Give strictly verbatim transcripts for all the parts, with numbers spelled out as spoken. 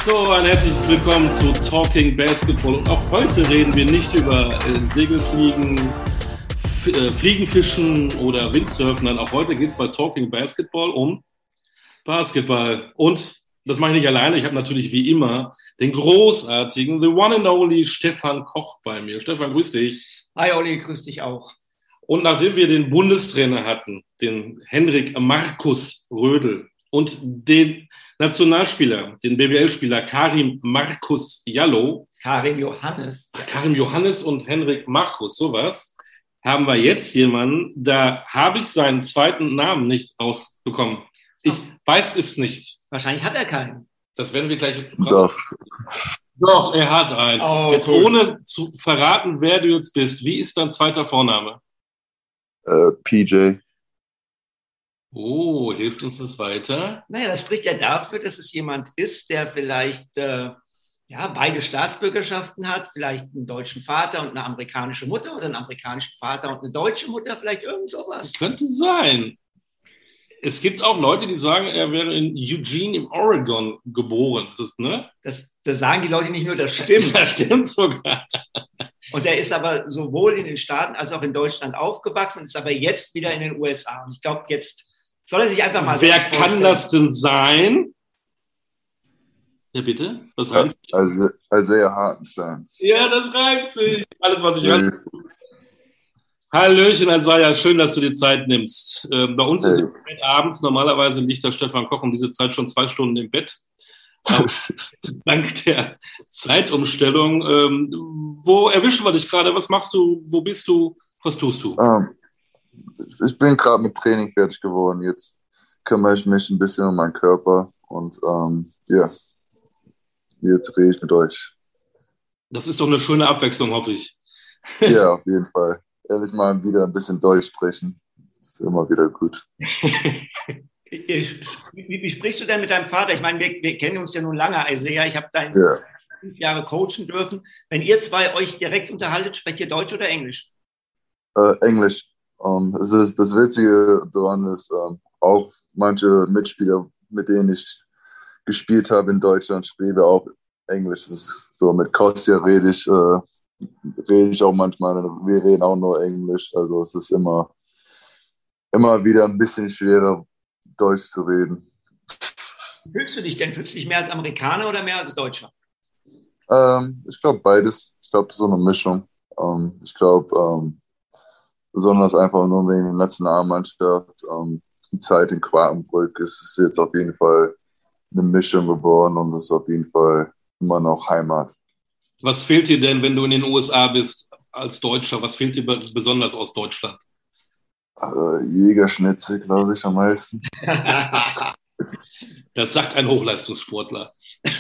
So, ein herzliches Willkommen zu Talking Basketball. Und auch heute reden wir nicht über äh, Segelfliegen, F- äh, Fliegenfischen oder Windsurfen. Nein, auch heute geht es bei Talking Basketball um Basketball. Und das mache ich nicht alleine. Ich habe natürlich wie immer den großartigen, the one and only Stefan Koch bei mir. Stefan, grüß dich. Hi Olli, grüß dich auch. Und nachdem wir den Bundestrainer hatten, den Henrik Markus Rödel, und den Nationalspieler, den B B L-Spieler Karim Markus Jallow. Karim Johannes. Ach, Karim Johannes und Henrik Markus, sowas. Haben wir jetzt jemanden, da habe ich seinen zweiten Namen nicht rausbekommen. Ich oh. weiß es nicht. Wahrscheinlich hat er keinen. Das werden wir gleich. Doch. Doch, er hat einen. Oh, jetzt cool. Ohne zu verraten, wer du jetzt bist. Wie ist dein zweiter Vorname? Äh, P J. Oh, hilft uns das weiter? Naja, das spricht ja dafür, dass es jemand ist, der vielleicht äh, ja, beide Staatsbürgerschaften hat, vielleicht einen deutschen Vater und eine amerikanische Mutter oder einen amerikanischen Vater und eine deutsche Mutter, vielleicht irgend sowas. Könnte sein. Es gibt auch Leute, die sagen, er wäre in Eugene im Oregon geboren. Das, ne? das, das sagen die Leute nicht nur, das stimmt. Das stimmt sogar. Und er ist aber sowohl in den Staaten als auch in Deutschland aufgewachsen und ist aber jetzt wieder in den U S A. Und ich glaube, jetzt soll er sich einfach mal Wer selbst vorstellen. kann das denn sein? Ja, bitte? Was Ja, reimt sich? also, Isaiah Hartenstein. Ja, das reimt sich. Alles, was ich weiß. Hallöchen, Isaiah. Schön, dass du dir Zeit nimmst. Äh, bei uns hey. ist es abends. Normalerweise liegt der Stefan Koch um diese Zeit schon zwei Stunden im Bett. Dank der Zeitumstellung. Ähm, wo erwischen wir dich gerade? Was machst du? Wo bist du? Was tust du? Um, ich bin gerade mit Training fertig geworden. Jetzt kümmere ich mich ein bisschen um meinen Körper und ähm, ja, jetzt rede ich mit euch. Das ist doch eine schöne Abwechslung, hoffe ich. Ja, auf jeden Fall. Ehrlich mal wieder ein bisschen Deutsch sprechen. Ist immer wieder gut. Wie, wie sprichst du denn mit deinem Vater? Ich meine, wir, wir kennen uns ja nun lange, Isaiah. Ich habe deinen ja. fünf Jahre coachen dürfen. Wenn ihr zwei euch direkt unterhaltet, sprecht ihr Deutsch oder Englisch? Äh, Englisch. Um, das, ist, das Witzige daran ist, um, auch manche Mitspieler, mit denen ich gespielt habe in Deutschland, spielen wir auch Englisch. Das ist so, mit Kostja rede ich, äh, rede ich auch manchmal, wir reden auch nur Englisch. Also es ist immer, immer wieder ein bisschen schwerer, Deutsch zu reden. Fühlst du dich denn? Fühlst du dich mehr als Amerikaner oder mehr als Deutscher? Ähm, ich glaube beides. Ich glaube so eine Mischung. Ähm, ich glaube ähm, besonders einfach nur wegen der Nationalmannschaft. Ähm, die Zeit in Quartenbrück ist, ist jetzt auf jeden Fall eine Mischung geworden und das ist auf jeden Fall immer noch Heimat. Was fehlt dir denn, wenn du in den U S A bist als Deutscher? Was fehlt dir besonders aus Deutschland? Äh, Jägerschnitzel, glaube ich, am meisten. Das sagt ein Hochleistungssportler.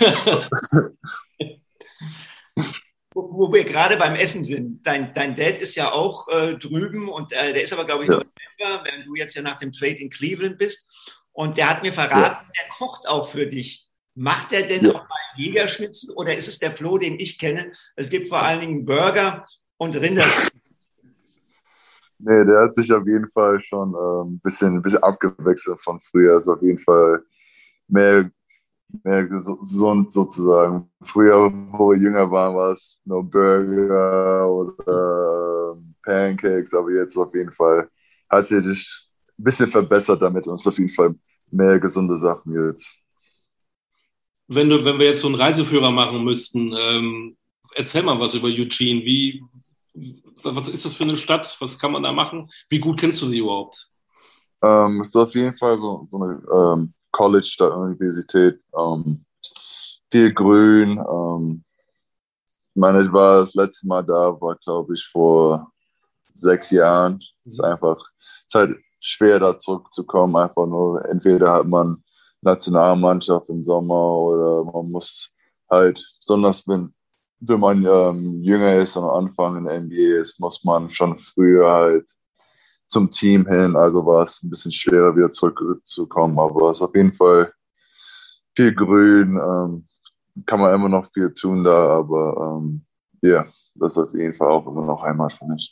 wo, wo wir gerade beim Essen sind. Dein, dein Dad ist ja auch äh, drüben und äh, der ist aber, glaube ich, ja. noch in Denver, während du jetzt ja nach dem Trade in Cleveland bist. Und der hat mir verraten, ja. der kocht auch für dich. Macht er denn ja. auch mal Jägerschnitzel oder ist es der Flo, den ich kenne? Es gibt vor allen Dingen Burger und Rinderschnitzel. Nee, der hat sich auf jeden Fall schon äh, ein bisschen, ein bisschen abgewechselt von früher. Ist auf jeden Fall mehr, mehr gesund sozusagen. Früher, wo wir jünger waren, war es nur Burger oder äh, Pancakes, aber jetzt auf jeden Fall hat sich ein bisschen verbessert damit und es ist auf jeden Fall mehr gesunde Sachen jetzt. Wenn, du, wenn wir jetzt so einen Reiseführer machen müssten, ähm, erzähl mal was über Eugene. Wie, was ist das für eine Stadt? Was kann man da machen? Wie gut kennst du sie überhaupt? Ähm, es ist auf jeden Fall so, so eine ähm, College-Stadt, Universität. Ähm, viel Grün. Ähm, ich meine, ich war das letzte Mal da, war glaube ich vor sechs Jahren. Es ist einfach, es ist halt schwer da zurückzukommen. Einfach nur, entweder hat man Nationalmannschaft im Sommer oder man muss halt, besonders wenn, wenn man ähm, jünger ist und am Anfang in der N B A ist, muss man schon früher halt zum Team hin. Also war es ein bisschen schwerer, wieder zurückzukommen. Aber es ist auf jeden Fall viel Grün. Ähm, kann man immer noch viel tun da, aber ähm, ja, das ist auf jeden Fall auch immer noch Heimat für mich.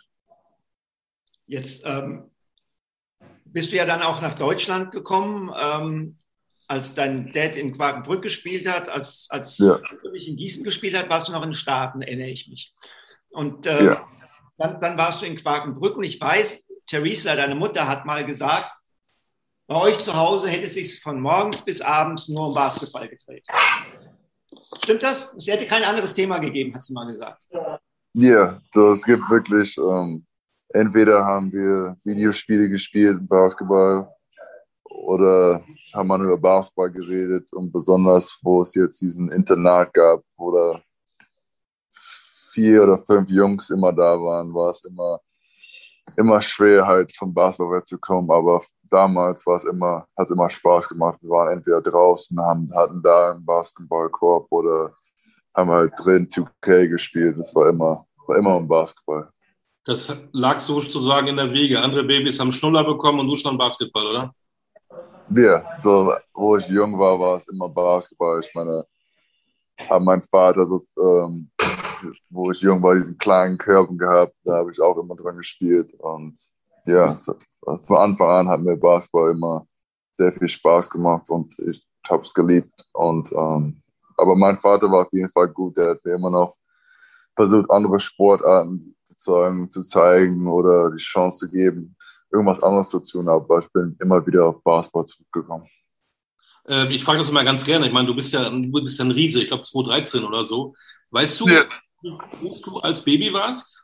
Jetzt ähm, bist du ja dann auch nach Deutschland gekommen. Ähm, als dein Dad in Quakenbrück gespielt hat, als, als Ja. ich in Gießen gespielt hat, warst du noch in den Staaten, erinnere ich mich. Und ähm, Ja. dann, dann warst du in Quakenbrück und ich weiß, Theresa, deine Mutter, hat mal gesagt, bei euch zu Hause hätte es sich von morgens bis abends nur um Basketball gedreht. Stimmt das? Es hätte kein anderes Thema gegeben, hat sie mal gesagt. Ja, so, es gibt wirklich, ähm, entweder haben wir Videospiele gespielt, Basketball, oder haben wir über Basketball geredet und besonders, wo es jetzt diesen Internat gab, wo da vier oder fünf Jungs immer da waren, war es immer, immer schwer, halt vom Basketball wegzukommen, aber damals war es immer, hat es immer Spaß gemacht. Wir waren entweder draußen, haben, hatten da einen Basketballkorb oder haben halt drin zwei K gespielt. Das war immer, war immer um Basketball. Das lag sozusagen in der Wiege. Andere Babys haben Schnuller bekommen und du schon Basketball, oder? Ja, so, wo ich jung war, war es immer Basketball. Ich meine, hat mein Vater so, ähm, wo ich jung war, diesen kleinen Körben gehabt, da habe ich auch immer dran gespielt. Und ja, so, von Anfang an hat mir Basketball immer sehr viel Spaß gemacht und ich habe es geliebt. Und, ähm, aber mein Vater war auf jeden Fall gut, der hat mir immer noch versucht, andere Sportarten zu zeigen, zu zeigen oder die Chance zu geben, irgendwas anderes zu tun, aber ich bin immer wieder auf Basketball zurückgekommen. Äh, ich frage das immer ganz gerne. Ich meine, du bist ja, du bist ja ein Riese, ich glaube zwanzig dreizehn oder so. Weißt du, Ja. wie groß du als Baby warst?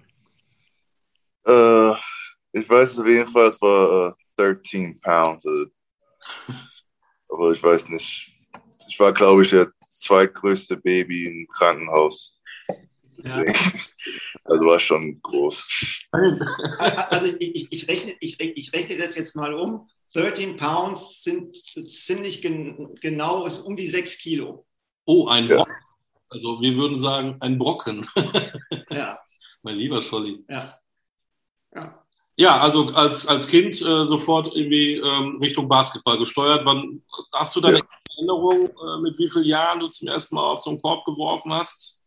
Äh, ich weiß auf jeden Fall, es war äh, dreizehn Pounds. Äh, aber ich weiß nicht. Ich war, glaube ich, der zweitgrößte Baby im Krankenhaus. Deswegen. Ja. Also war schon groß. Also ich, ich, rechne, ich, ich rechne das jetzt mal um. dreizehn Pounds sind ziemlich gen, genau, ist um die sechs Kilo. Oh, ein Ja. Brocken. Also wir würden sagen, ein Brocken. Ja. Mein lieber Scholli. Ja. Ja. Ja, also als, als Kind äh, sofort irgendwie ähm, Richtung Basketball gesteuert. Wann hast du deine ja. Erinnerung, äh, mit wie vielen Jahren du zum ersten Mal auf so einen Korb geworfen hast?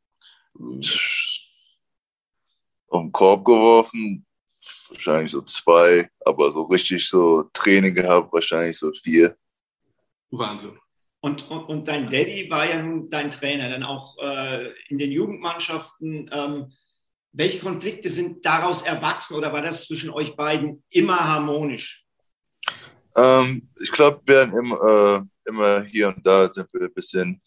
Auf den Korb geworfen, wahrscheinlich so zwei, aber so richtig so Training gehabt, wahrscheinlich so vier. Wahnsinn. Und, und, und dein Daddy war ja nun dein Trainer, dann auch äh, in den Jugendmannschaften. Ähm, welche Konflikte sind daraus erwachsen oder war das zwischen euch beiden immer harmonisch? Ähm, ich glaube, wir werden immer, äh, immer hier und da sind wir ein bisschen,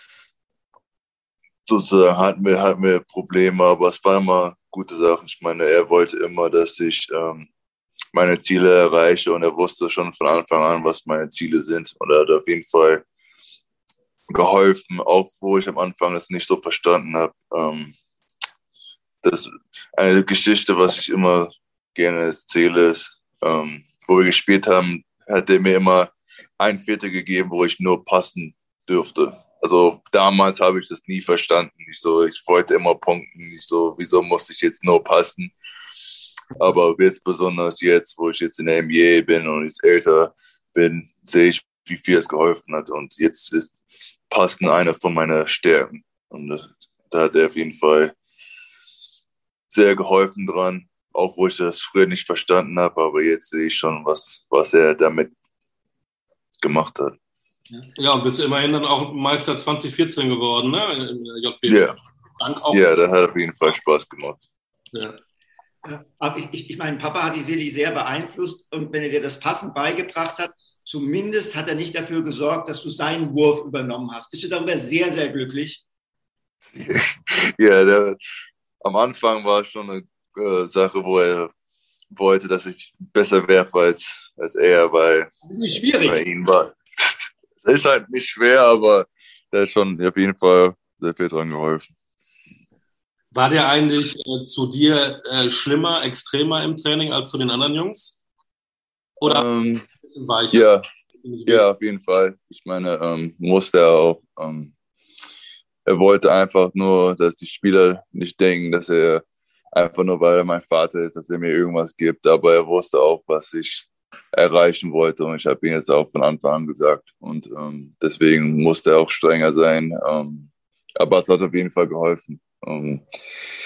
sozusagen hatten wir, hatten wir Probleme, aber es waren immer gute Sachen. Ich meine, er wollte immer, dass ich ähm, meine Ziele erreiche und er wusste schon von Anfang an, was meine Ziele sind und er hat auf jeden Fall geholfen, auch wo ich am Anfang es nicht so verstanden habe. Ähm, das eine Geschichte, was ich immer gerne erzähle, ist, ähm, wo wir gespielt haben, hat er mir immer ein Viertel gegeben, wo ich nur passen dürfte. Also damals habe ich das nie verstanden. Ich, so, ich wollte immer punkten. Ich so, wieso musste ich jetzt nur passen? Aber jetzt besonders jetzt, wo ich jetzt in der N B A bin und jetzt älter bin, sehe ich, wie viel es geholfen hat. Und jetzt ist Passen eine von meinen Stärken. Und das, da hat er auf jeden Fall sehr geholfen dran, auch wo ich das früher nicht verstanden habe. Aber jetzt sehe ich schon, was, was er damit gemacht hat. Ja, und bist immerhin dann auch Meister zwanzig vierzehn geworden, ne? Im J B. Ja, Dank auch. ja, das hat auf jeden Fall Spaß gemacht. Ja. Aber ich, ich, ich meine, Papa hat die Seli sehr beeinflusst und wenn er dir das Passen beigebracht hat, zumindest hat er nicht dafür gesorgt, dass du seinen Wurf übernommen hast. Bist du darüber sehr, sehr glücklich? Ja, der, am Anfang war es schon eine äh, Sache, wo er wollte, dass ich besser werfe als, als er, weil das ist nicht schwierig. Bei ihm war. Es ist halt nicht schwer, aber der hat schon auf jeden Fall sehr viel dran geholfen. War der eigentlich äh, zu dir äh, schlimmer, extremer im Training als zu den anderen Jungs? Oder ähm, ein bisschen weicher? Ja, ja, auf jeden Fall. Ich meine, ähm, musste er auch. Ähm, er wollte einfach nur, dass die Spieler nicht denken, dass er einfach nur, weil er mein Vater ist, dass er mir irgendwas gibt. Aber er wusste auch, was ich erreichen wollte. Und ich habe ihm jetzt auch von Anfang an gesagt. Und ähm, deswegen musste er auch strenger sein. Ähm, aber es hat auf jeden Fall geholfen. Ähm,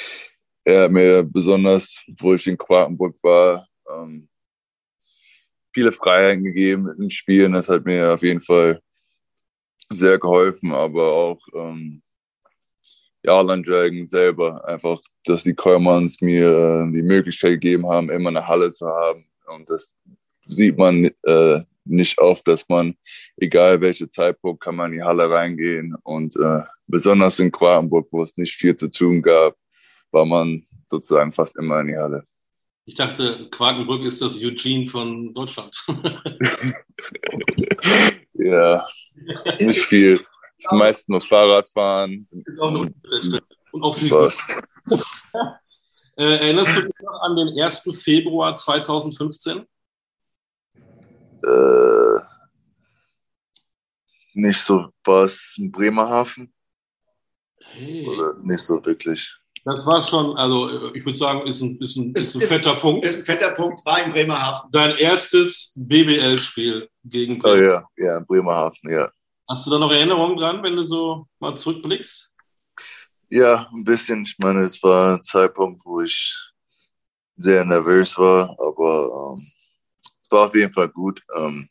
er hat mir besonders, wo ich in Quakenbrück war, ähm, viele Freiheiten gegeben im Spielen. Das hat mir auf jeden Fall sehr geholfen, aber auch ähm, ja, Orlando Dragon selber einfach, dass die Colemans mir äh, die Möglichkeit gegeben haben, immer eine Halle zu haben. Und das sieht man äh, nicht oft, dass man, egal welcher Zeitpunkt, kann man in die Halle reingehen. Und äh, besonders in Quartenburg, wo es nicht viel zu tun gab, war man sozusagen fast immer in die Halle. Ich dachte, Quakenbrück ist das Eugene von Deutschland. Ja, nicht viel. Meist nur Fahrradfahren. Ist auch nur und auch viel gut. äh, erinnerst du dich noch an den ersten Februar zweitausendfünfzehn? Äh, nicht so was in Bremerhaven? Hey. Oder nicht so wirklich? Das war schon, also ich würde sagen, ist ein, ist ein, ist ein ist, fetter Punkt. Ist ein fetter Punkt, war in Bremerhaven. Dein erstes B B L-Spiel gegen Bremerhaven. Oh ja, ja, in Bremerhaven, ja. Hast du da noch Erinnerungen dran, wenn du so mal zurückblickst? Ja, ein bisschen. Ich meine, es war ein Zeitpunkt, wo ich sehr nervös war, aber ähm, es war auf jeden Fall gut. Ähm,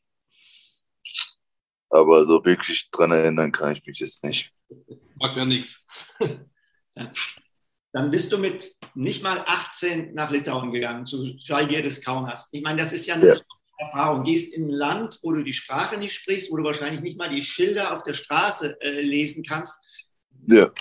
aber so wirklich dran erinnern kann ich mich jetzt nicht. Mag ja nichts. Ja. Dann bist du mit nicht mal achtzehn nach Litauen gegangen, zu Žalgiris Kaunas. Ich meine, das ist ja eine ja. Erfahrung. Gehst in ein Land, wo du die Sprache nicht sprichst, wo du wahrscheinlich nicht mal die Schilder auf der Straße äh, lesen kannst. Ja.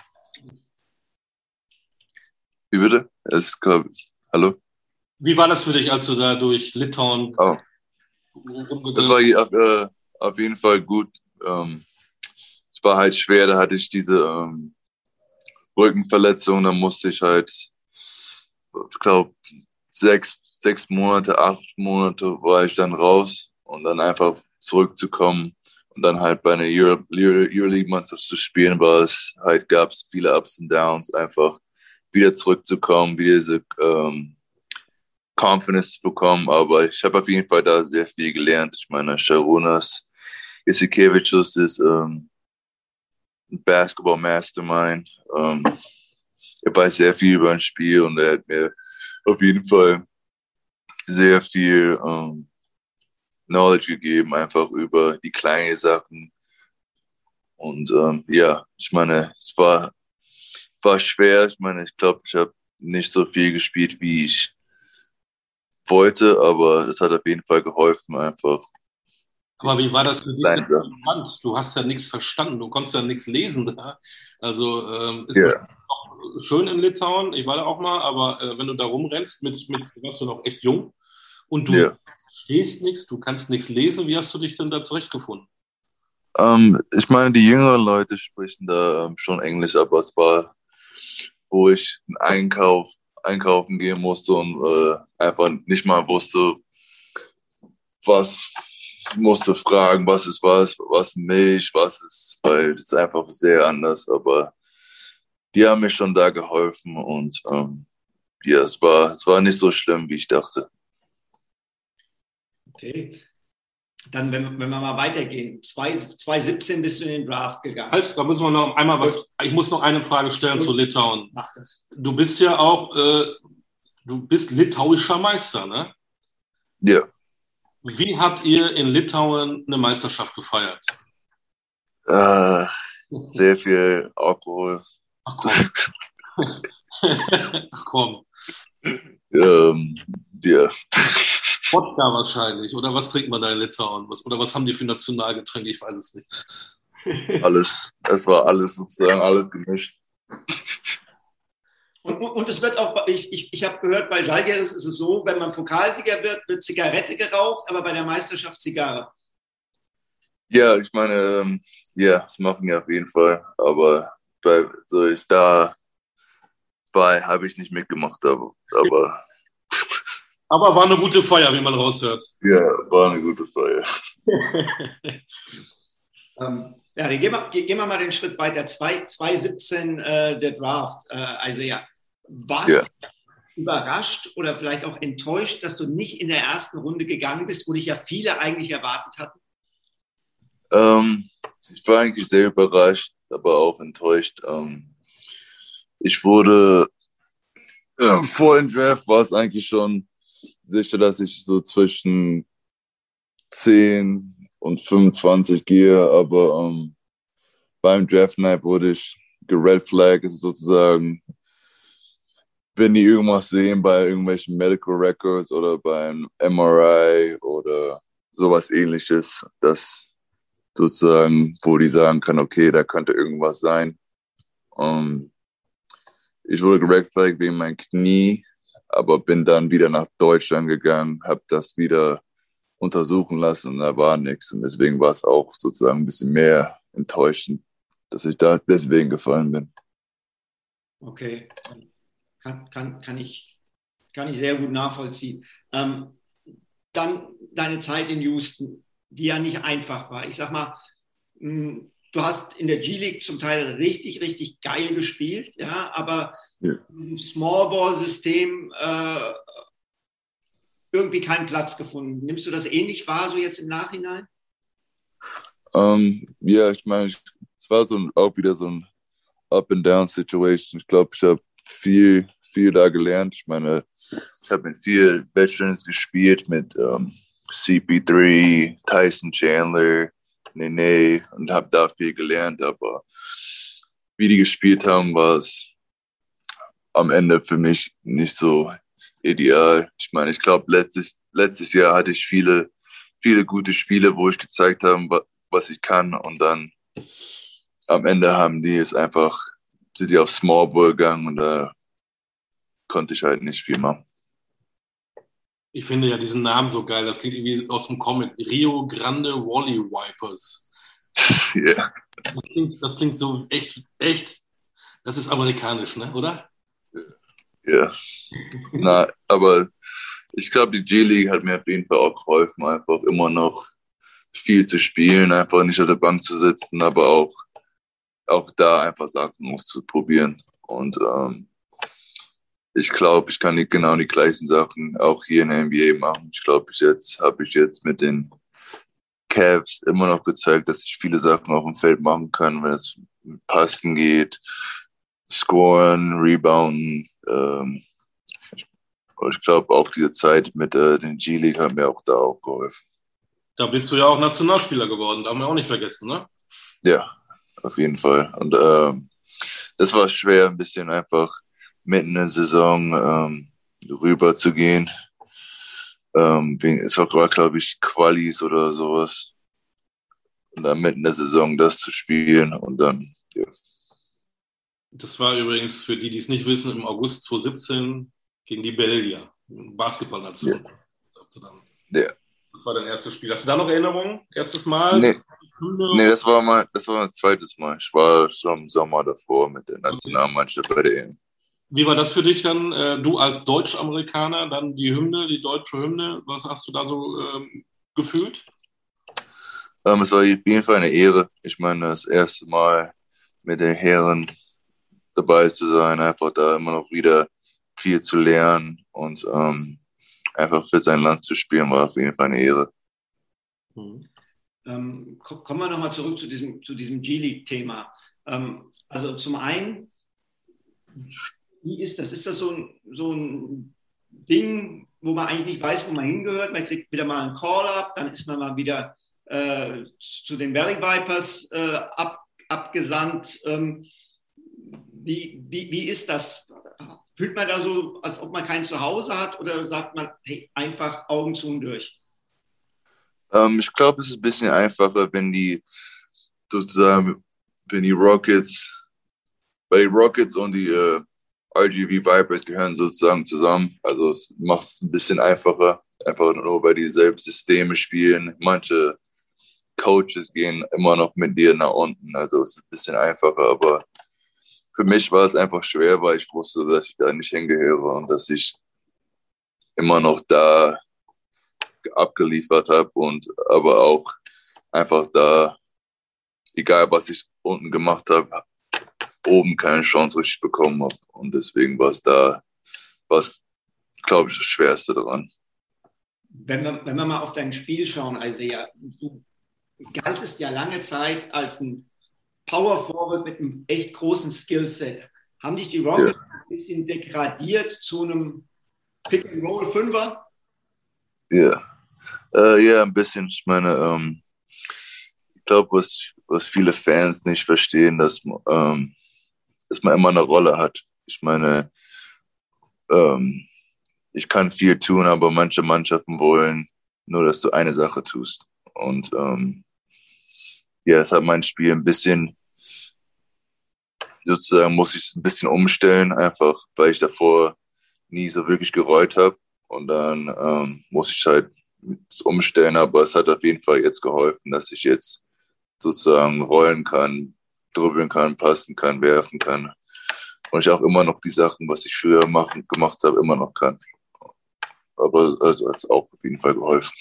Wie bitte? Es glaube ich. Hallo? Wie war das für dich, als du da durch Litauen oh. Das war äh, auf jeden Fall gut. Ähm, es war halt schwer, da hatte ich diese ähm, Rückenverletzung, da musste ich halt, ich glaube, sechs, sechs Monate, acht Monate war ich dann raus und dann einfach zurückzukommen und dann halt bei einer Euro, Euroleague-Mannschaft zu spielen, war es halt, gab es viele Ups und Downs, einfach wieder zurückzukommen, wieder diese ähm, Confidence zu bekommen, aber ich habe auf jeden Fall da sehr viel gelernt. Ich meine, Šarūnas Jasikevičius ist ähm, ein Basketball-Mastermind. Ähm, er weiß sehr viel über ein Spiel und er hat mir auf jeden Fall sehr viel ähm, Knowledge gegeben, einfach über die kleinen Sachen. Und ähm, ja, ich meine, es war, war schwer. Ich meine, ich glaube, ich habe nicht so viel gespielt, wie ich wollte, aber es hat auf jeden Fall geholfen, einfach. Aber wie war das für dich? Du hast ja nichts verstanden, du konntest ja nichts lesen da. Also ähm, ist yeah. auch schön in Litauen, ich war da auch mal, aber äh, wenn du da rumrennst, mit, mit warst du noch echt jung und du yeah. stehst nichts, du kannst nichts lesen, wie hast du dich denn da zurechtgefunden? Um, ich meine, die jüngeren Leute sprechen da um, schon Englisch, aber es war, wo ich einen Einkauf, einkaufen gehen musste und äh, einfach nicht mal wusste, was musste fragen, was ist was, was Milch, was ist, weil das ist einfach sehr anders, aber die haben mir schon da geholfen und ähm, ja, es war, es war nicht so schlimm, wie ich dachte. Okay. Dann, wenn, wenn wir mal weitergehen, zwanzig siebzehn bist du in den Draft gegangen. Halt, da müssen wir noch einmal was, ich muss noch eine Frage stellen Gut. zu Litauen. Mach das. Du bist ja auch, äh, du bist litauischer Meister, ne? Ja. Wie habt ihr in Litauen eine Meisterschaft gefeiert? Äh, sehr viel Alkohol. Ach komm. Ach komm. Ähm, ja. Wodka wahrscheinlich. Oder was trinkt man da in Litauen? Was, oder was haben die für Nationalgetränke? Ich weiß es nicht. Alles. Es war alles sozusagen, alles gemischt. Und, und es wird auch, ich, ich, ich habe gehört, bei Žalgiris ist es so, wenn man Pokalsieger wird, wird Zigarette geraucht, aber bei der Meisterschaft Zigarre. Ja, ich meine, ähm, ja, das machen wir auf jeden Fall. Aber bei, so ich da bei habe ich nicht mitgemacht, aber, aber aber war eine gute Feier, wie man raushört. Ja, war eine gute Feier. ähm, ja, dann gehen wir, gehen wir mal den Schritt weiter. zwanzig siebzehn äh, der Draft. Äh, also ja, warst ja. du überrascht oder vielleicht auch enttäuscht, dass du nicht in der ersten Runde gegangen bist, wo dich ja viele eigentlich erwartet hatten? Ähm, ich war eigentlich sehr überrascht, aber auch enttäuscht. Ähm, ich wurde, äh, vor dem Draft war es eigentlich schon sicher, dass ich so zwischen zehn und fünfundzwanzig gehe, aber um, beim Draft Night wurde ich geredflaggt, sozusagen, wenn die irgendwas sehen bei irgendwelchen Medical Records oder beim M R I oder sowas ähnliches, das sozusagen, wo die sagen kann, okay, da könnte irgendwas sein. Um, ich wurde geredflaggt wegen meinem Knie, aber bin dann wieder nach Deutschland gegangen, habe das wieder untersuchen lassen und da war nichts. Und deswegen war es auch sozusagen ein bisschen mehr enttäuschend, dass ich da deswegen gefallen bin. Okay, kann, kann, kann, ich, kann ich sehr gut nachvollziehen. Ähm, dann deine Zeit in Houston, die ja nicht einfach war. Ich sag mal, mh, du hast in der G-League zum Teil richtig, richtig geil gespielt, ja, aber ja. Im Small-Ball-System äh, irgendwie keinen Platz gefunden. Nimmst du das ähnlich wahr, so jetzt im Nachhinein? Um, ja, ich meine, es war so ein, auch wieder so ein Up-and-Down-Situation. Ich glaube, ich habe viel, viel da gelernt. Ich meine, ich habe mit vielen Veterans gespielt, mit um, C P drei, Tyson Chandler, Nene und habe da viel gelernt. Aber wie die gespielt haben, war es am Ende für mich nicht so ideal. Ich meine, ich glaube, letztes, letztes Jahr hatte ich viele, viele gute Spiele, wo ich gezeigt habe, was ich kann. Und dann am Ende haben die es einfach, sind die auf Small Ball gegangen und da konnte ich halt nicht viel machen. Ich finde ja diesen Namen so geil. Das klingt irgendwie aus dem Comic. Rio Grande Wally Wipers. Ja. Yeah. Das klingt, das klingt so echt, echt, das ist amerikanisch, ne, oder? Ja. Na, aber ich glaube, die G-League hat mir auf jeden Fall auch geholfen, einfach immer noch viel zu spielen, einfach nicht auf der Bank zu sitzen, aber auch, auch da einfach Sachen auszuprobieren. Und ähm, ich glaube, ich kann nicht genau die gleichen Sachen auch hier in der N B A machen. Ich glaube, ich jetzt habe ich jetzt mit den Cavs immer noch gezeigt, dass ich viele Sachen auf dem Feld machen kann, wenn es mit Passen geht, scoren, rebounden. Ähm, ich ich glaube, auch diese Zeit mit äh, den G-League hat mir auch da auch geholfen. Da bist du ja auch Nationalspieler geworden, darf man auch nicht vergessen, ne? Ja, auf jeden Fall. Und ähm, das war schwer, ein bisschen einfach mitten in der Saison ähm, rüber zu gehen. Ähm, es war, glaube ich, Qualis oder sowas. Und dann mitten in der Saison das zu spielen und dann, ja. Das war übrigens, für die, die es nicht wissen, im August zwanzig siebzehn gegen die Belgier, Basketballnation. Ja. Ja. Das war dein erstes Spiel. Hast du da noch Erinnerungen? Erstes Mal? Nee, nee das, war mein, das war mein zweites Mal. Ich war schon im Sommer davor mit der Nationalmannschaft bei der E M. Wie war das für dich dann, äh, du als Deutsch-Amerikaner, dann die Hymne, die deutsche Hymne, was hast du da so ähm, gefühlt? Ähm, es war auf jeden Fall eine Ehre. Ich meine, das erste Mal mit den Herren dabei zu sein, einfach da immer noch wieder viel zu lernen und ähm, einfach für sein Land zu spielen, war auf jeden Fall eine Ehre. Mhm. Ähm, kommen wir nochmal zurück zu diesem, zu diesem G-League-Thema. Ähm, also zum einen, wie ist das? Ist das so ein, so ein Ding, wo man eigentlich nicht weiß, wo man hingehört? Man kriegt wieder mal einen Call-Up, dann ist man mal wieder äh, zu den Valley Vipers äh, ab, abgesandt. Ähm, wie, wie, wie ist das? Fühlt man da so, als ob man kein Zuhause hat oder sagt man, hey, einfach Augen zu und durch? Ähm, ich glaube, es ist ein bisschen einfacher, wenn die sozusagen, wenn die Rockets, weil die Rockets und die äh, R G V Vipers gehören sozusagen zusammen. Also es macht es ein bisschen einfacher, einfach nur, weil die selben Systeme spielen. Manche Coaches gehen immer noch mit dir nach unten, also es ist ein bisschen einfacher, aber für mich war es einfach schwer, weil ich wusste, dass ich da nicht hingehöre und dass ich immer noch da abgeliefert habe und aber auch einfach da, egal was ich unten gemacht habe, oben keine Chance richtig bekommen habe. Und deswegen war es da, was, glaube ich, das Schwerste daran. Wenn wir, wenn wir mal auf dein Spiel schauen, Isaiah, du galtest ja lange Zeit als ein Power Forward mit einem echt großen Skillset. Haben dich die Rockets ja. ein bisschen degradiert zu einem Pick-and-Roll-Fünfer? Ja, Äh, ja, ein bisschen. Ich meine, ähm, ich glaube, was, was viele Fans nicht verstehen, dass, ähm, dass man immer eine Rolle hat. Ich meine, ähm, ich kann viel tun, aber manche Mannschaften wollen nur, dass du eine Sache tust. Und ähm, ja, das hat mein Spiel ein bisschen, sozusagen muss ich es ein bisschen umstellen, einfach weil ich davor nie so wirklich gerollt habe. Und dann ähm, muss ich halt es umstellen, aber es hat auf jeden Fall jetzt geholfen, dass ich jetzt sozusagen rollen kann, dribbeln kann, passen kann, werfen kann. Und ich auch immer noch die Sachen, was ich früher machen, gemacht habe, immer noch kann. Aber also hat es auch auf jeden Fall geholfen.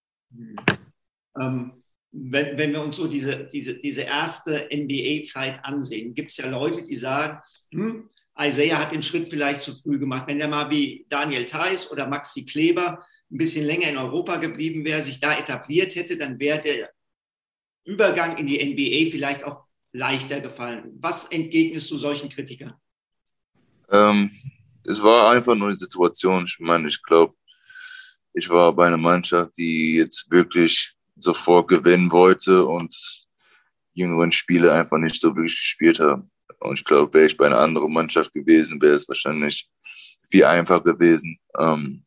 Ähm, wenn, wenn wir uns so diese, diese, diese erste N B A-Zeit ansehen, gibt es ja Leute, die sagen, hm, Isaiah hat den Schritt vielleicht zu früh gemacht. Wenn der mal wie Daniel Theis oder Maxi Kleber ein bisschen länger in Europa geblieben wäre, sich da etabliert hätte, dann wäre der Übergang in die N B A vielleicht auch leichter gefallen. Was entgegnest du solchen Kritikern? Ähm, es war einfach nur die Situation. Ich meine, ich glaube, ich war bei einer Mannschaft, die jetzt wirklich sofort gewinnen wollte und jüngeren Spieler einfach nicht so wirklich gespielt haben. Und ich glaube, wäre ich bei einer anderen Mannschaft gewesen, wäre es wahrscheinlich viel einfacher gewesen. Ähm,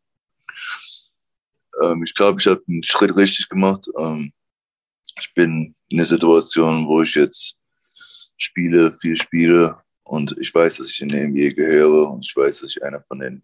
ähm, ich glaube, ich habe einen Schritt richtig gemacht. Ähm, ich bin in einer Situation, wo ich jetzt spiele, viel spiele und ich weiß, dass ich in der N B A gehöre und ich weiß, dass ich einer von den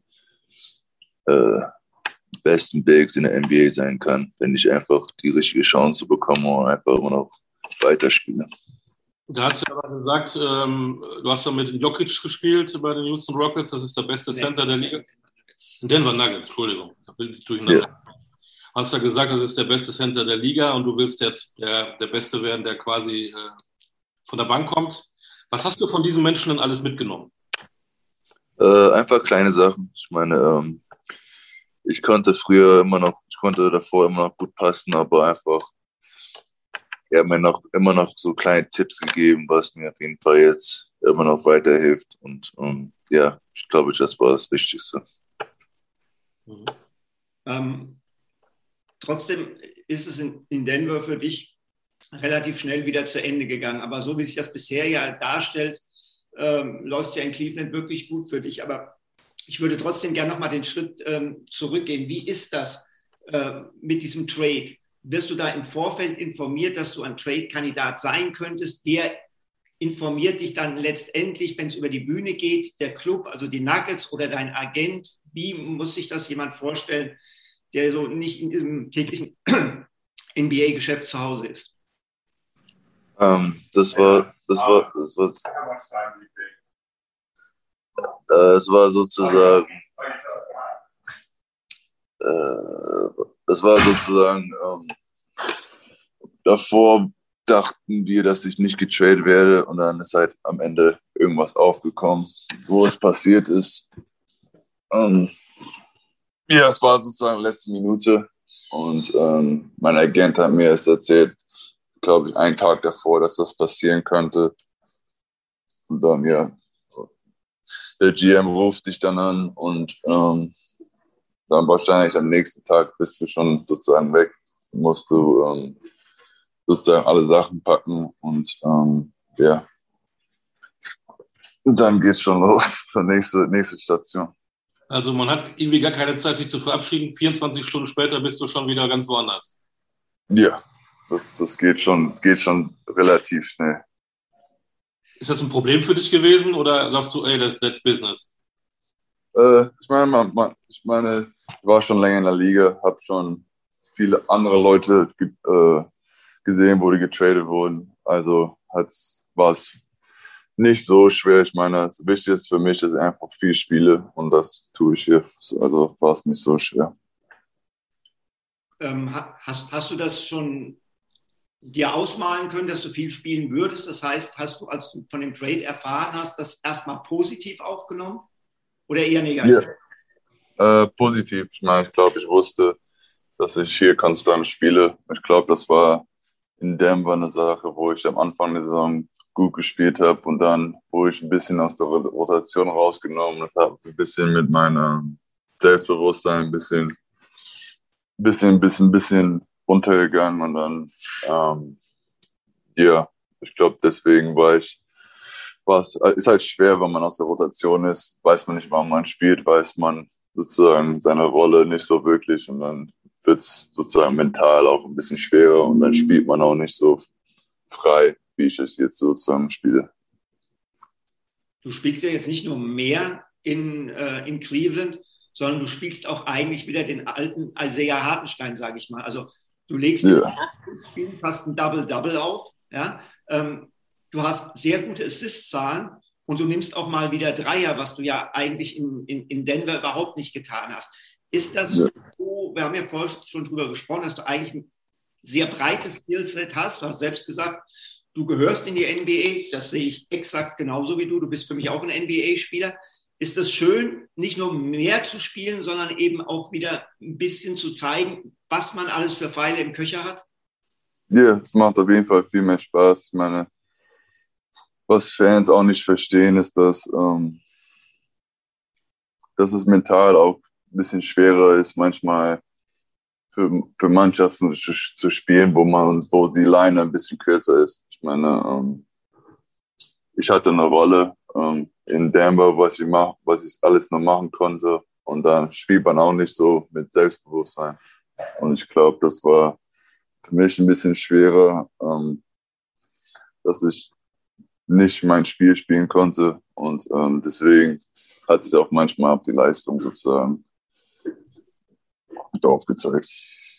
äh, besten Bigs in der N B A sein kann, wenn ich einfach die richtige Chance bekomme und einfach immer noch weiterspiele. Da hast du aber gesagt, ähm, du hast ja mit Jokic gespielt bei den Houston Rockets, das ist der beste Center der Liga. Denver Nuggets, Entschuldigung, da bin ich durcheinander. Yeah. Hast ja gesagt, das ist der beste Center der Liga und du willst jetzt der, der Beste werden, der quasi äh, von der Bank kommt. Was hast du von diesen Menschen denn alles mitgenommen? Äh, einfach kleine Sachen. Ich meine, ähm, ich konnte früher immer noch, ich konnte davor immer noch gut passen, aber einfach, er hat mir noch, immer noch so kleine Tipps gegeben, was mir auf jeden Fall jetzt immer noch weiterhilft. Und um, ja, ich glaube, das war das Wichtigste. Mhm. Ähm, trotzdem ist es in, in Denver für dich relativ schnell wieder zu Ende gegangen. Aber so wie sich das bisher ja darstellt, ähm, läuft es ja in Cleveland wirklich gut für dich. Aber ich würde trotzdem gerne nochmal den Schritt ähm, zurückgehen. Wie ist das äh, mit diesem Trade? Wirst du da im Vorfeld informiert, dass du ein Trade-Kandidat sein könntest? Wer informiert dich dann letztendlich, wenn es über die Bühne geht, der Club, also die Nuggets oder dein Agent? Wie muss sich das jemand vorstellen, der so nicht in diesem täglichen N B A-Geschäft zu Hause ist? Ähm, das war, das war, das war, äh, es war sozusagen, äh, es war sozusagen, ähm, davor dachten wir, dass ich nicht getradet werde und dann ist halt am Ende irgendwas aufgekommen, wo es passiert ist. Ähm, ja, es war sozusagen letzte Minute und ähm, mein Agent hat mir es erzählt, glaube ich, einen Tag davor, dass das passieren könnte. Und dann, ja, der G M ruft dich dann an und ähm, dann wahrscheinlich am nächsten Tag bist du schon sozusagen weg. Musst du ähm, sozusagen alle Sachen packen und ähm, ja, und dann geht's schon los zur nächsten nächste Station. Also man hat irgendwie gar keine Zeit, sich zu verabschieden. vierundzwanzig Stunden später bist du schon wieder ganz woanders. Ja, das, das geht schon, das geht schon relativ schnell. Ist das ein Problem für dich gewesen oder sagst du, ey, das that's business? Äh, ich meine, man, man, ich meine, ich war schon länger in der Liga, habe schon viele andere Leute ge äh, gesehen, wo die getradet wurden. Also war es nicht so schwer. Ich meine, das Wichtigste für mich ist einfach viel Spiele und das tue ich hier. Also war es nicht so schwer. Ähm, hast, hast du das schon dir ausmalen können, dass du viel spielen würdest? Das heißt, hast du, als du von dem Trade erfahren hast, das erstmal positiv aufgenommen oder eher negativ? Yeah. Äh, positiv. Ich meine, ich glaube, ich wusste, dass ich hier konstant spiele. Ich glaube, das war in Denver eine Sache, wo ich am Anfang der Saison gut gespielt habe und dann wurde ich ein bisschen aus der Rotation rausgenommen. Das hat ein bisschen mit meinem Selbstbewusstsein ein bisschen bisschen, bisschen, bisschen runtergegangen und dann, ähm, ja, ich glaube, deswegen war ich, was ist halt schwer, wenn man aus der Rotation ist, weiß man nicht, wann man spielt, weiß man sozusagen seine Rolle nicht so wirklich und dann wird es sozusagen mental auch ein bisschen schwerer und dann spielt man auch nicht so frei, wie ich es jetzt sozusagen spiele. Du spielst ja jetzt nicht nur mehr in, äh, in Cleveland, sondern du spielst auch eigentlich wieder den alten Isaiah Hartenstein, sage ich mal. Also du legst ja. in den ersten Spielen fast ein Double-Double auf. Ja? Ähm, du hast sehr gute Assist-Zahlen und du nimmst auch mal wieder Dreier, was du ja eigentlich in, in, in Denver überhaupt nicht getan hast. Ist das ja. so, wir haben ja vorhin schon drüber gesprochen, dass du eigentlich ein sehr breites Skillset hast. Du hast selbst gesagt, du gehörst in die N B A. Das sehe ich exakt genauso wie du. Du bist für mich auch ein N B A-Spieler. Ist es schön, nicht nur mehr zu spielen, sondern eben auch wieder ein bisschen zu zeigen, was man alles für Pfeile im Köcher hat? Ja, yeah, es macht auf jeden Fall viel mehr Spaß. Ich meine, was Fans auch nicht verstehen, ist, dass, ähm, dass es mental auch ein bisschen schwerer ist, manchmal für, für Mannschaften zu, zu spielen, wo man, wo die Line ein bisschen kürzer ist. Ich meine, ähm, ich hatte eine Rolle ähm, in Denver, was ich mach, was ich alles noch machen konnte. Und da spielt man auch nicht so mit Selbstbewusstsein. Und ich glaube, das war für mich ein bisschen schwerer, ähm, dass ich nicht mein Spiel spielen konnte. Und ähm, deswegen hat sich auch manchmal auf die Leistung sozusagen drauf gezeigt.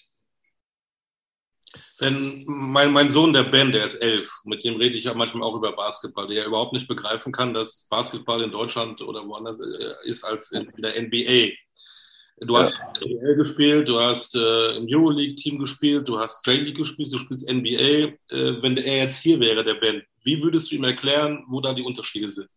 Wenn mein, mein Sohn, der Ben, der ist elf, mit dem rede ich ja manchmal auch über Basketball, der überhaupt nicht begreifen kann, dass Basketball in Deutschland oder woanders ist als in der N B A. Du hast ja. N B A gespielt, du hast äh, im Euroleague-Team gespielt, du hast J-League gespielt, du spielst N B A. Äh, wenn er jetzt hier wäre, der Ben, wie würdest du ihm erklären, wo da die Unterschiede sind?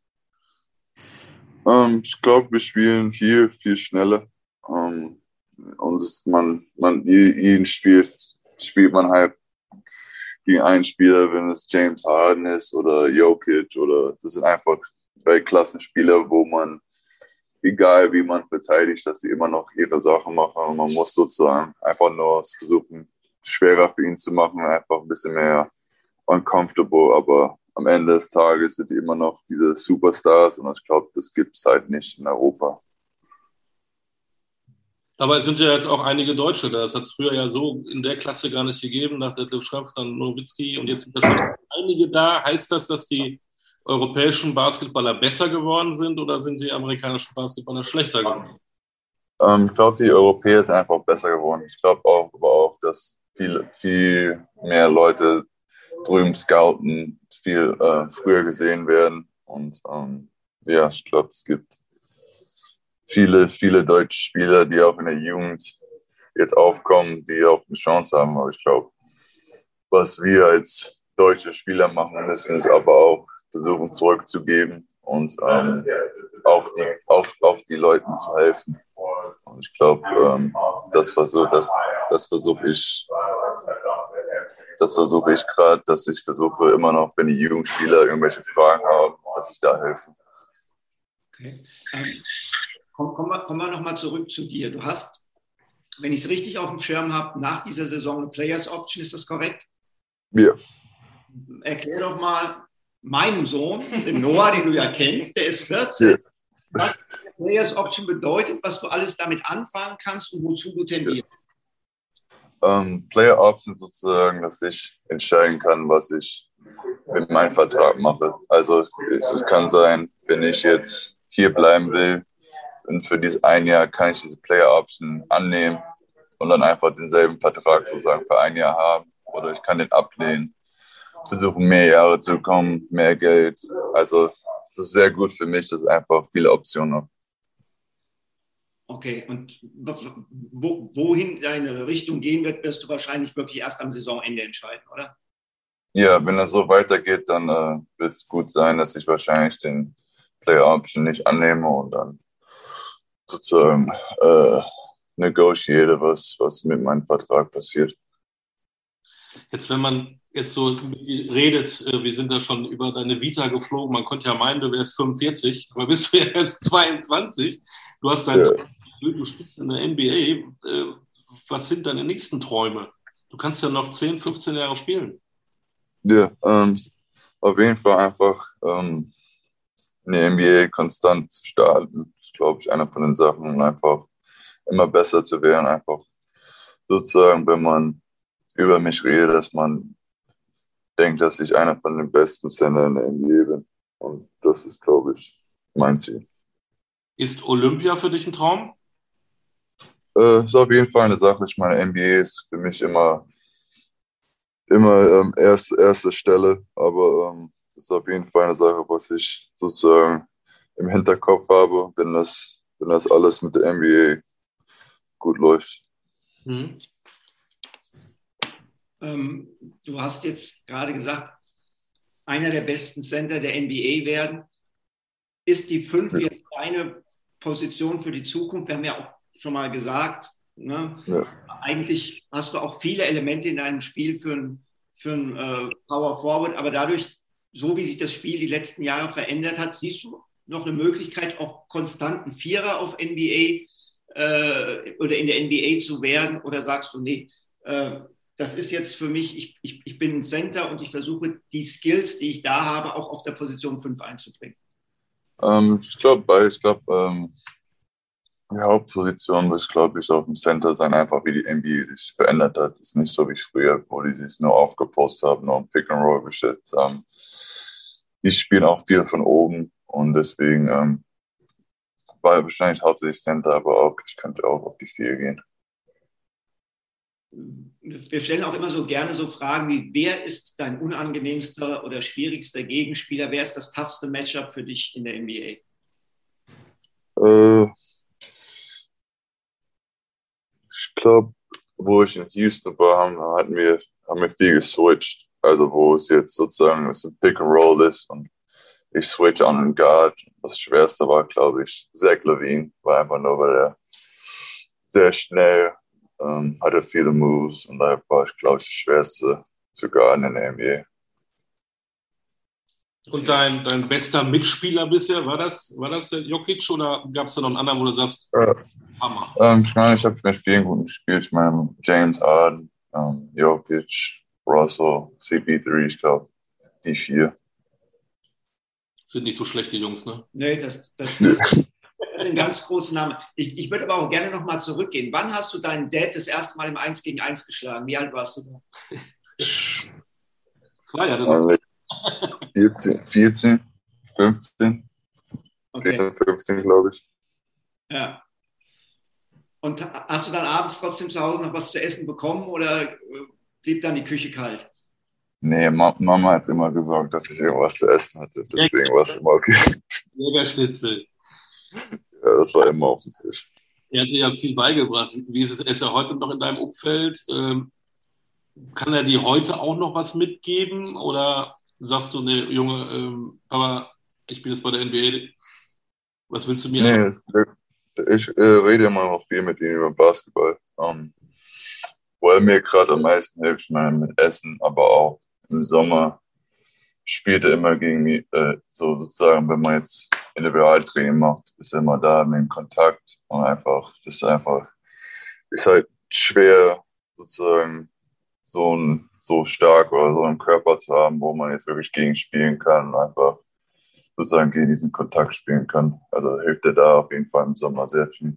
Ähm, ich glaube, wir spielen hier viel schneller. Ähm, und es, man, man, jeden spielt, spielt man halt gegen einen Spieler, wenn es James Harden ist oder Jokic oder das sind einfach Weltklassenspieler, wo man, egal wie man verteidigt, dass sie immer noch ihre Sachen machen und man muss sozusagen einfach nur versuchen, schwerer für ihn zu machen, einfach ein bisschen mehr uncomfortable, aber am Ende des Tages sind die immer noch diese Superstars und ich glaube, das gibt es halt nicht in Europa. Aber es sind ja jetzt auch einige Deutsche da. Das hat es früher ja so in der Klasse gar nicht gegeben, nach Detlef Schrempf, dann Nowitzki und jetzt sind da schon einige da. Heißt das, dass die europäischen Basketballer besser geworden sind oder sind die amerikanischen Basketballer schlechter geworden? Ähm, ich glaube, die Europäer sind einfach besser geworden. Ich glaube auch, aber auch, dass viel, viel mehr Leute drüben scouten, viel äh, früher gesehen werden. Und ähm, ja, ich glaube, es gibt viele, viele deutsche Spieler, die auch in der Jugend jetzt aufkommen, die auch eine Chance haben. Aber ich glaube, was wir als deutsche Spieler machen müssen, ist aber auch versuchen zurückzugeben und ähm, auch, die, auch, auch die Leuten zu helfen. Und ich glaube, ähm, das versuche das, das versuch ich, das versuche ich gerade, dass ich versuche immer noch, wenn die Jugendspieler irgendwelche Fragen haben, dass ich da helfe. Okay. Ähm, komm, kommen wir, kommen wir nochmal zurück zu dir. Du hast, wenn ich es richtig auf dem Schirm habe, nach dieser Saison eine Players Option, ist das korrekt? Ja. Erklär doch mal meinem Sohn, dem Noah, den du ja kennst, der ist vierzehn, ja, was die Players Option bedeutet, was du alles damit anfangen kannst und wozu du tendierst. Um, Player Option sozusagen, dass ich entscheiden kann, was ich mit meinem Vertrag mache. Also es, es kann sein, wenn ich jetzt hier bleiben will und für dieses ein Jahr kann ich diese Player Option annehmen und dann einfach denselben Vertrag sozusagen für ein Jahr haben oder ich kann den ablehnen, versuchen mehr Jahre zu bekommen, mehr Geld. Also es ist sehr gut für mich, dass ich einfach viele Optionen habe. Okay, und wo, wohin deine Richtung gehen wird, wirst du wahrscheinlich wirklich erst am Saisonende entscheiden, oder? Ja, wenn das so weitergeht, dann äh, wird es gut sein, dass ich wahrscheinlich den Player Option nicht annehme und dann sozusagen äh, negotiate, was, was mit meinem Vertrag passiert. Jetzt, wenn man jetzt so mit dir redet, äh, wir sind da schon über deine Vita geflogen, man konnte ja meinen, du wärst fünfundvierzig, aber bist du erst zweiundzwanzig. Du hast dein, ja. Du spielst in der N B A. Äh, was sind deine nächsten Träume? Du kannst ja noch zehn, fünfzehn Jahre spielen. Ja, ähm, auf jeden Fall einfach ähm, in der N B A konstant zu starten. Das ist, glaube ich, eine von den Sachen, um einfach immer besser zu werden. Einfach sozusagen, wenn man über mich redet, dass man denkt, dass ich einer von den besten Center in der N B A bin. Und das ist, glaube ich, mein Ziel. Ist Olympia für dich ein Traum? Äh, ist auf jeden Fall eine Sache. Ich meine, N B A ist für mich immer, immer ähm, erste, erste Stelle. Aber ähm, ist auf jeden Fall eine Sache, was ich sozusagen im Hinterkopf habe, wenn das, wenn das alles mit der N B A gut läuft. Mhm. Ähm, du hast jetzt gerade gesagt, einer der besten Center der N B A werden. Ist die fünf jetzt deine Position für die Zukunft? Wir haben ja auch schon mal gesagt, ne? Ja. Eigentlich hast du auch viele Elemente in deinem Spiel für ein, für ein äh, Power Forward, aber dadurch, so wie sich das Spiel die letzten Jahre verändert hat, siehst du noch eine Möglichkeit, auch konstanten Vierer auf N B A äh, oder in der N B A zu werden? Oder sagst du, nee, äh, das ist jetzt für mich, ich, ich, ich bin ein Center und ich versuche, die Skills, die ich da habe, auch auf der Position fünf einzubringen? Ähm, ich glaube, ich glaube, ähm, die Hauptposition wird, glaube ich, auf dem Center sein, einfach wie die N B A sich verändert hat. Es ist nicht so wie früher, wo die sich nur aufgepostet haben, nur Pick and Roll geschätzt haben. Die spielen auch viel von oben und deswegen ähm, war wahrscheinlich hauptsächlich Center, aber auch ich könnte auch auf die vier gehen. Wir stellen auch immer so gerne so Fragen wie, wer ist dein unangenehmster oder schwierigster Gegenspieler? Wer ist das toughste Matchup für dich in der N B A? Äh, ich glaube, wo ich in Houston war, haben, hatten wir, haben wir viel geswitcht. Also wo es jetzt sozusagen es ein Pick and Roll ist und ich switch an den Guard. Das Schwerste war, glaube ich, Zach LaVine. War einfach nur, weil er sehr schnell ähm, hatte viele Moves und daher war ich, glaube ich, das Schwerste zu guarden in der N B A. Und dein, dein bester Mitspieler bisher, war das, war das der Jokic oder gab es da noch einen anderen, wo du sagst, ja. Hammer? Ähm, ich meine, ich habe mit vielen guten gespielt. Ich meine, James Harden, ähm, Jokic, Russell, C P drei, ich glaube, die vier. Sind nicht so schlechte Jungs, ne? Nee, das, das, das, das sind ganz große Namen. Ich, ich würde aber auch gerne nochmal zurückgehen. Wann hast du deinen Dad das erste Mal im eins gegen eins geschlagen? Wie alt warst du da? Zwei Jahre noch. vierzehn, vierzehn, fünfzehn, Okay. vierzehn, fünfzehn, glaube ich. Ja. Und hast du dann abends trotzdem zu Hause noch was zu essen bekommen oder blieb dann die Küche kalt? Nee, Ma Mama hat immer gesagt, dass ich irgendwas zu essen hatte. Deswegen war es immer okay. Jägerschnitzel. Ja, das war immer auf dem Tisch. Er hat dir ja viel beigebracht. Wie ist es, ist er heute noch in deinem Umfeld? Ähm, kann er dir heute auch noch was mitgeben? Oder sagst du, nee, Junge, ähm, aber ich bin jetzt bei der N B A. Was willst du mir Nee, ich äh, rede immer noch viel mit ihm über Basketball. Um, wo er mir gerade am meisten hilft, ich meine, mit Essen, aber auch im Sommer spielt er immer gegen mich, äh, so sozusagen, wenn man jetzt Individualtraining macht, ist er immer da mit dem Kontakt und einfach, das ist einfach, ist halt schwer, sozusagen so, ein, so stark oder so einen Körper zu haben, wo man jetzt wirklich gegen spielen kann, einfach sozusagen gegen diesen Kontakt spielen kann. Also hilft er da auf jeden Fall im Sommer sehr viel.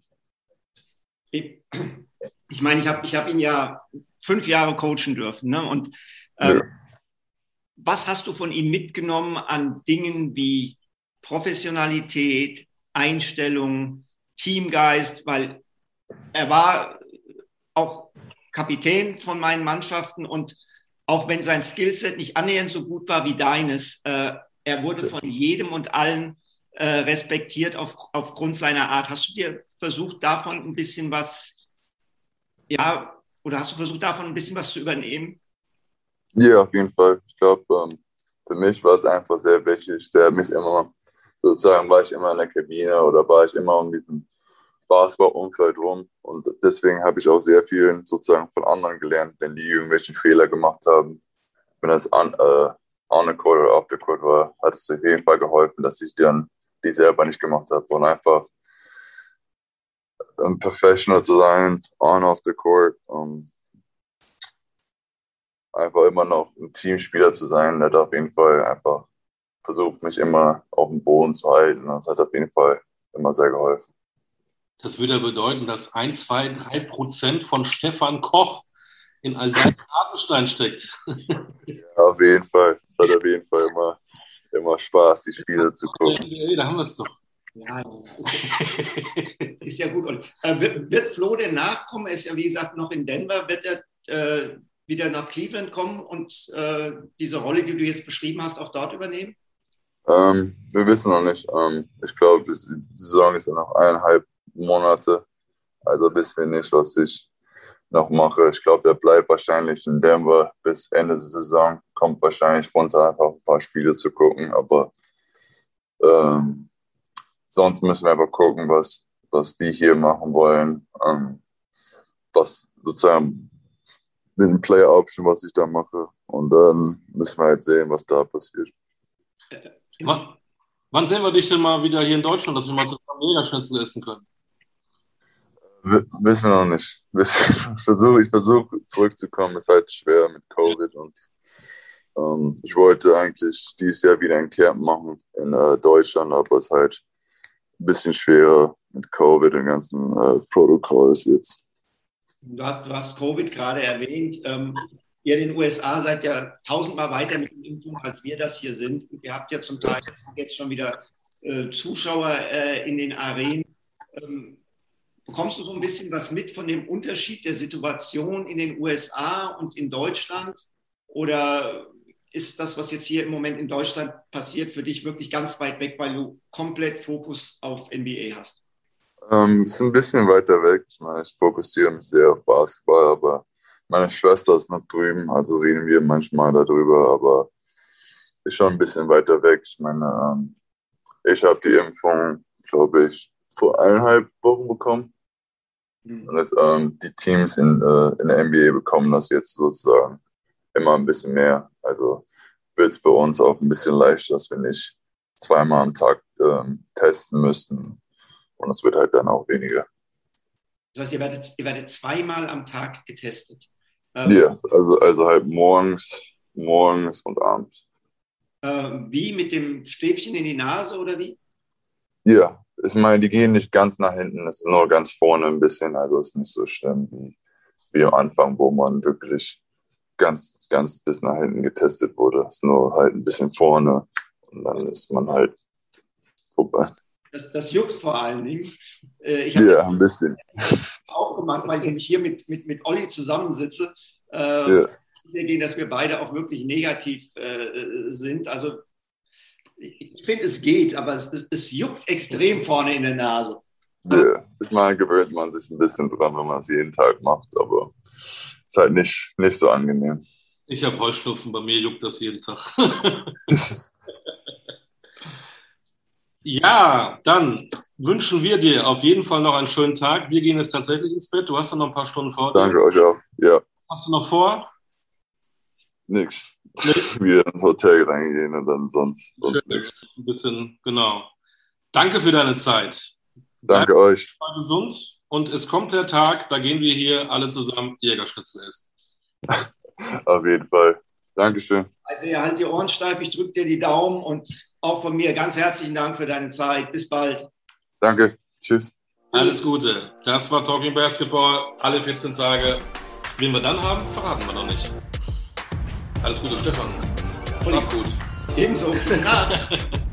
Ich meine, ich habe ich hab ihn ja fünf Jahre coachen dürfen. Ne? Und ähm, ja. Was hast du von ihm mitgenommen an Dingen wie Professionalität, Einstellung, Teamgeist? Weil er war auch Kapitän von meinen Mannschaften und auch wenn sein Skillset nicht annähernd so gut war wie deines, äh, er wurde von jedem und allen äh, respektiert auf, aufgrund seiner Art. Hast du dir versucht, davon ein bisschen was, ja, oder hast du versucht, davon ein bisschen was zu übernehmen? Ja, auf jeden Fall. Ich glaube, ähm, für mich war es einfach sehr wichtig. Der mich immer, sozusagen, war ich immer in der Kabine oder war ich immer um diesen Basketball-Umfeld rum. Und deswegen habe ich auch sehr viel sozusagen von anderen gelernt, wenn die irgendwelche Fehler gemacht haben. Wenn das an, äh, on the court oder off the court war, hat es auf jeden Fall geholfen, dass ich dann die selber nicht gemacht habe und einfach ein Professional zu sein, on off the court. Um, einfach immer noch ein Teamspieler zu sein. Der hat auf jeden Fall einfach versucht, mich immer auf dem Boden zu halten. Das hat auf jeden Fall immer sehr geholfen. Das würde bedeuten, dass ein, zwei, drei Prozent von Stefan Koch in Al-Said Hartenstein steckt. Ja, auf jeden Fall. Es hat auf jeden Fall immer, immer Spaß, die Spiele zu gucken. Ja, da haben wir es doch. Ja, ist ja gut. Und, äh, wird, wird Flo denn nachkommen? Er ist ja, wie gesagt, noch in Denver. Wird er äh, wieder nach Cleveland kommen und äh, diese Rolle, die du jetzt beschrieben hast, auch dort übernehmen? Ähm, wir wissen noch nicht. Ähm, ich glaube, die Saison ist ja noch eineinhalb Monate. Also wissen wir nicht, was ich noch mache. Ich glaube, der bleibt wahrscheinlich in Denver bis Ende der Saison. Kommt wahrscheinlich runter, einfach ein paar Spiele zu gucken. Aber ähm, sonst müssen wir einfach gucken, was, was die hier machen wollen. Ähm, was sozusagen mit dem Player Option, was ich da mache. Und dann müssen wir halt sehen, was da passiert. Wann, wann sehen wir dich denn mal wieder hier in Deutschland, dass wir mal zusammen Jägerschnitzel essen können? W- wissen wir noch nicht. Ich versuche ich versuch zurückzukommen, ist halt schwer mit Covid. Und ähm, ich wollte eigentlich dieses Jahr wieder ein Camp machen in äh, Deutschland, aber es ist halt ein bisschen schwerer mit Covid und ganzen äh, Protokolls jetzt. Du hast, du hast Covid gerade erwähnt. Ähm, ihr in den U S A seid ja tausendmal weiter mit den Impfungen, als wir das hier sind. Und ihr habt ja zum Teil jetzt schon wieder äh, Zuschauer äh, in den Arenen. Ähm, bekommst du so ein bisschen was mit von dem Unterschied der Situation in den U S A und in Deutschland? Oder ist das, was jetzt hier im Moment in Deutschland passiert, für dich wirklich ganz weit weg, weil du komplett Fokus auf N B A hast? Ähm, ist ein bisschen weiter weg. Ich meine, ich fokussiere mich sehr auf Basketball, aber meine Schwester ist noch drüben, also reden wir manchmal darüber, aber ist schon ein bisschen weiter weg. Ich meine, ähm, ich habe die Impfung, glaube ich, vor eineinhalb Wochen bekommen. Mhm. Und das, ähm, die Teams in, äh, in der N B A bekommen das jetzt sozusagen immer ein bisschen mehr. Also wird es bei uns auch ein bisschen leichter, dass wir nicht zweimal am Tag ähm, testen müssten. Und es wird halt dann auch weniger. Das heißt, ihr werdet, ihr werdet zweimal am Tag getestet? Ja, yeah, also, also halt morgens, morgens und abends. Äh, wie, mit dem Stäbchen in die Nase oder wie? Ja, yeah. Ich meine, die gehen nicht ganz nach hinten, es ist nur ganz vorne ein bisschen, also es ist nicht so schlimm wie, wie am Anfang, wo man wirklich ganz, ganz bis nach hinten getestet wurde. Es ist nur halt ein bisschen vorne und dann ist man halt vorbei. Das, das juckt vor allen Dingen. Äh, ich habe ja, ein bisschen. auch gemacht, weil ich nämlich hier mit, mit, mit Olli zusammensitze. Äh, ja. Wir gehen, dass wir beide auch wirklich negativ äh, sind. Also ich, ich finde, es geht, aber es, es, es juckt extrem vorne in der Nase. Ja, ich meine, gewöhnt man sich ein bisschen dran, wenn man es jeden Tag macht, aber es ist halt nicht, nicht so angenehm. Ich habe Heuschnupfen, bei mir juckt das jeden Tag. Ja, dann wünschen wir dir auf jeden Fall noch einen schönen Tag. Wir gehen jetzt tatsächlich ins Bett. Du hast ja noch ein paar Stunden vor dir. Danke euch auch. Ja. Was hast du noch vor? Nix. Nix. Wieder ins Hotel reingehen und dann sonst, sonst nichts. Ein bisschen, genau. Danke für deine Zeit. Danke Bleib euch. Gesund. Und es kommt der Tag, da gehen wir hier alle zusammen Jägerschnitzel essen. Auf jeden Fall. Dankeschön. Also ihr halt die Ohren steif, ich drücke dir die Daumen und auch von mir ganz herzlichen Dank für deine Zeit. Bis bald. Danke. Tschüss. Alles Gute. Das war Talking Basketball. Alle vierzehn Tage. Wen wir dann haben, verraten wir noch nicht. Alles Gute, Stefan. Schlaf gut. Ebenso. Gute Nacht.